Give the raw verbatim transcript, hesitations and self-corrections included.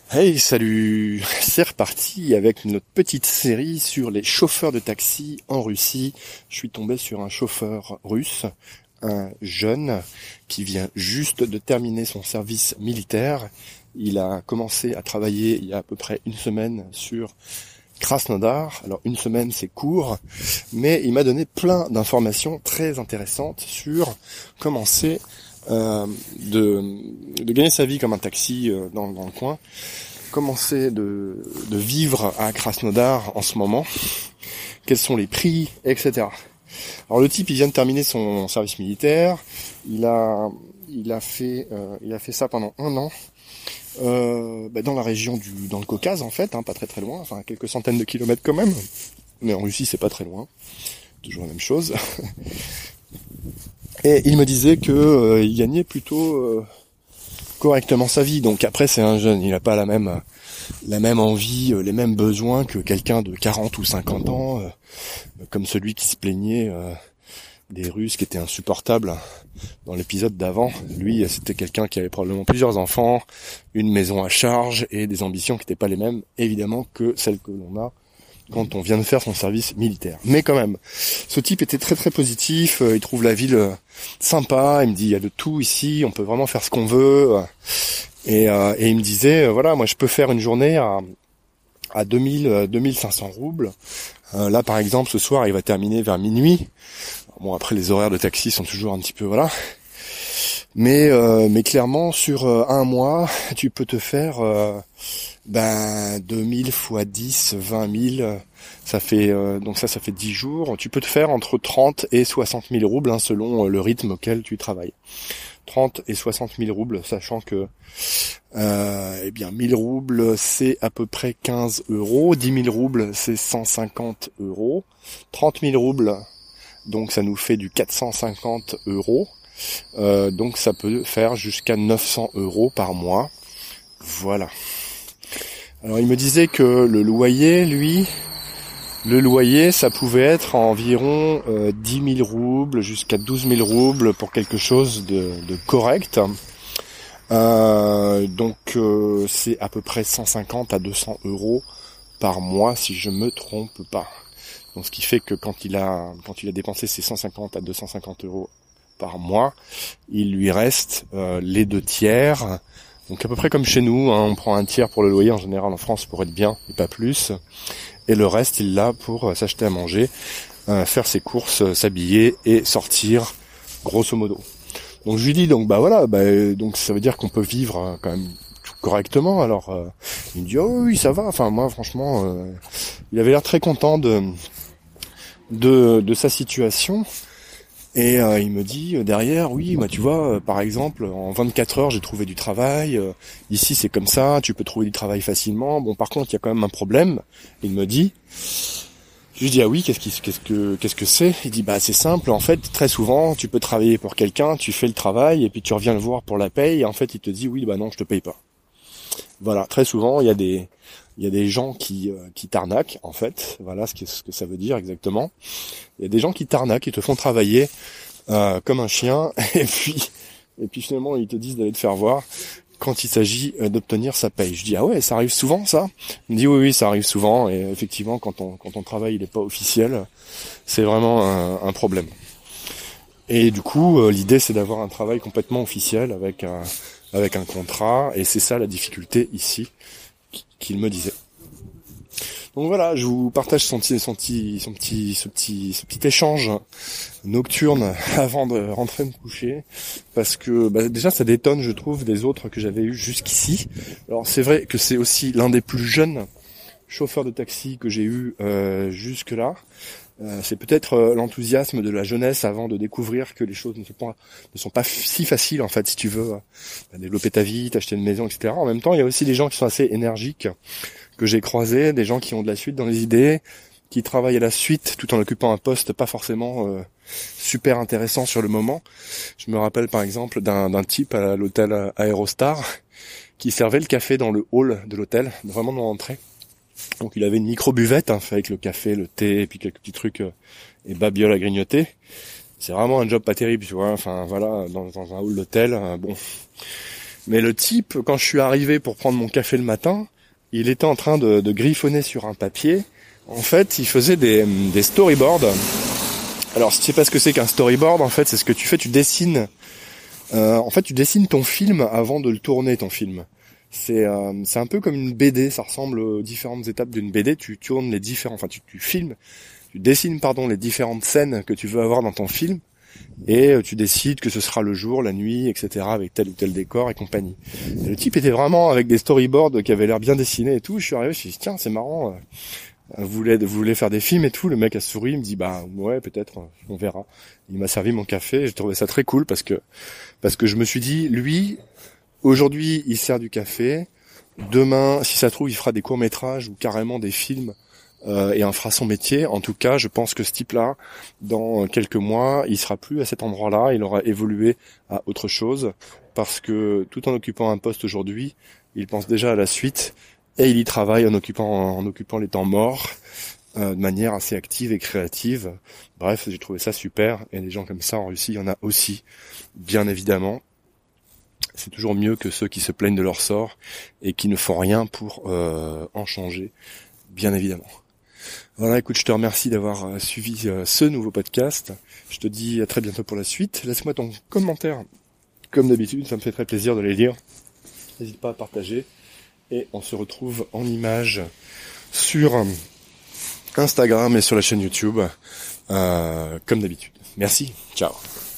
Hey, salut! C'est reparti avec notre petite série sur les chauffeurs de taxi en Russie. Je suis tombé sur un chauffeur russe, un jeune qui vient juste de terminer son service militaire. Il a commencé à travailler il y a à peu près une semaine sur Krasnodar. Alors une semaine c'est court, mais il m'a donné plein d'informations très intéressantes sur comment c'est Euh, de, de gagner sa vie comme un taxi euh, dans, dans le coin, comment c'est de, de vivre à Krasnodar en ce moment, quels sont les prix, et cetera. Alors le type il vient de terminer son service militaire, il a il a fait euh, il a fait ça pendant un an euh, bah dans la région du dans le Caucase en fait, hein, pas très très loin, enfin quelques centaines de kilomètres quand même, mais en Russie c'est pas très loin, toujours la même chose. Et il me disait que euh, il gagnait plutôt euh, correctement sa vie. Donc après c'est un jeune, il n'a pas la même la même envie, euh, les mêmes besoins que quelqu'un de quarante ou cinquante ans, euh, comme celui qui se plaignait euh, des Russes qui étaient insupportables dans l'épisode d'avant. Lui, c'était quelqu'un qui avait probablement plusieurs enfants, une maison à charge et des ambitions qui n'étaient pas les mêmes, évidemment, que celles que l'on a quand on vient de faire son service militaire. Mais quand même, ce type était très très positif, euh, il trouve la ville euh, sympa, il me dit il y a de tout ici, on peut vraiment faire ce qu'on veut, euh, et, euh, et il me disait, euh, voilà, moi je peux faire une journée à, à deux mille, euh, deux mille cinq cents roubles, euh, là par exemple ce soir il va terminer vers minuit, bon après les horaires de taxi sont toujours un petit peu, voilà, mais, euh, mais clairement sur euh, un mois, tu peux te faire... Euh, ben deux mille fois dix, vingt mille, ça fait euh, donc ça ça fait dix jours. Tu peux te faire entre trente et soixante mille roubles hein, selon euh, le rythme auquel tu travailles. trente et soixante mille roubles, sachant que euh, eh bien mille roubles c'est à peu près quinze euros, dix mille roubles c'est cent cinquante euros, trente mille roubles donc ça nous fait du quatre cent cinquante euros, euh, donc ça peut faire jusqu'à neuf cents euros par mois. Voilà. Alors il me disait que le loyer, lui, le loyer, ça pouvait être environ euh, dix mille roubles jusqu'à douze mille roubles pour quelque chose de, de correct. Euh, donc euh, c'est à peu près cent cinquante à deux cents euros par mois si je me trompe pas. Donc ce qui fait que quand il a quand il a dépensé ses cent cinquante à deux cent cinquante euros par mois, il lui reste euh, les deux tiers. Donc à peu près comme chez nous, hein, on prend un tiers pour le loyer en général en France pour être bien et pas plus. Et le reste il l'a pour euh, s'acheter à manger, euh, faire ses courses, euh, s'habiller et sortir grosso modo. Donc je lui dis donc bah voilà, bah, donc ça veut dire qu'on peut vivre euh, quand même correctement. Alors euh, il me dit oh oui ça va. Enfin moi franchement, euh, il avait l'air très content de de, de sa situation. Et euh, il me dit euh, derrière, oui, bah tu vois, euh, par exemple, en vingt-quatre heures, j'ai trouvé du travail. Euh, ici, c'est comme ça, tu peux trouver du travail facilement. Bon, par contre, il y a quand même un problème. Il me dit, je lui dis ah oui, qu'est-ce qui, qu'est-ce que, qu'est-ce que c'est ? Il dit bah c'est simple. En fait, très souvent, tu peux travailler pour quelqu'un, tu fais le travail et puis tu reviens le voir pour la paye. Et en fait, il te dit oui, bah non, je te paye pas. Voilà, très souvent, il y a des il y a des gens qui euh, qui t'arnaquent en fait. Voilà ce que ce que ça veut dire exactement. Il y a des gens qui t'arnaquent, qui te font travailler euh, comme un chien et puis et puis finalement ils te disent d'aller te faire voir quand il s'agit euh, d'obtenir sa paye. Je dis ah ouais, ça arrive souvent ça ? Il me dit oui oui, ça arrive souvent et effectivement quand on quand on travail il est pas officiel, c'est vraiment un, un problème. Et du coup, euh, l'idée c'est d'avoir un travail complètement officiel avec un avec un contrat, et c'est ça la difficulté ici qu'il me disait. Donc voilà, je vous partage son petit, son petit, son petit, ce petit, ce petit échange nocturne avant de rentrer me coucher, parce que bah, déjà ça détonne, je trouve, des autres que j'avais eu jusqu'ici. Alors c'est vrai que c'est aussi l'un des plus jeunes chauffeurs de taxi que j'ai eu euh, jusque là. Euh, c'est peut-être euh, l'enthousiasme de la jeunesse avant de découvrir que les choses ne sont pas, ne sont pas f- si faciles en fait, si tu veux euh, développer ta vie, t'acheter une maison, et cetera. En même temps, il y a aussi des gens qui sont assez énergiques que j'ai croisés, des gens qui ont de la suite dans les idées, qui travaillent à la suite tout en occupant un poste pas forcément euh, super intéressant sur le moment. Je me rappelle par exemple d'un, d'un type à l'hôtel Aérostar qui servait le café dans le hall de l'hôtel, vraiment dans l'entrée. Donc il avait une micro-buvette hein, fait avec le café, le thé et puis quelques petits trucs euh, et babioles à grignoter. C'est vraiment un job pas terrible, tu vois. Enfin voilà, dans, dans un hall d'hôtel, euh, bon, Mais le type, quand je suis arrivé pour prendre mon café le matin, il était en train de, de griffonner sur un papier. En fait, il faisait des, des storyboards. Alors, si tu sais pas ce que c'est qu'un storyboard, en fait, c'est ce que tu fais, tu dessines. Euh, en fait, tu dessines ton film avant de le tourner, ton film. C'est euh, c'est un peu comme une B D, ça ressemble aux différentes étapes d'une B D. Tu tournes les différents, enfin, tu, tu filmes, tu dessines, pardon, les différentes scènes que tu veux avoir dans ton film. Et tu décides que ce sera le jour, la nuit, et cetera, avec tel ou tel décor et compagnie. Et le type était vraiment avec des storyboards qui avaient l'air bien dessinés et tout. Je suis arrivé, je me suis dit, tiens, c'est marrant, vous voulez, vous voulez faire des films et tout. Le mec a souri, il me dit, bah ouais, peut-être, on verra. Il m'a servi mon café, j'ai trouvé ça très cool parce que parce que je me suis dit, lui, aujourd'hui, il sert du café. Demain, si ça se trouve, il fera des courts-métrages ou carrément des films. Euh, et en fera son métier. En tout cas, je pense que ce type-là, dans quelques mois, il sera plus à cet endroit-là, il aura évolué à autre chose, parce que tout en occupant un poste aujourd'hui, il pense déjà à la suite, et il y travaille en occupant en occupant les temps morts, euh, de manière assez active et créative. Bref, j'ai trouvé ça super, et des gens comme ça en Russie, il y en a aussi, bien évidemment. C'est toujours mieux que ceux qui se plaignent de leur sort, et qui ne font rien pour euh, en changer, bien évidemment. Voilà, écoute, je te remercie d'avoir euh, suivi euh, ce nouveau podcast. Je te dis à très bientôt pour la suite. Laisse-moi ton commentaire. Comme d'habitude, ça me fait très plaisir de les lire. N'hésite pas à partager. Et on se retrouve en images sur Instagram et sur la chaîne YouTube, euh, comme d'habitude. Merci, ciao.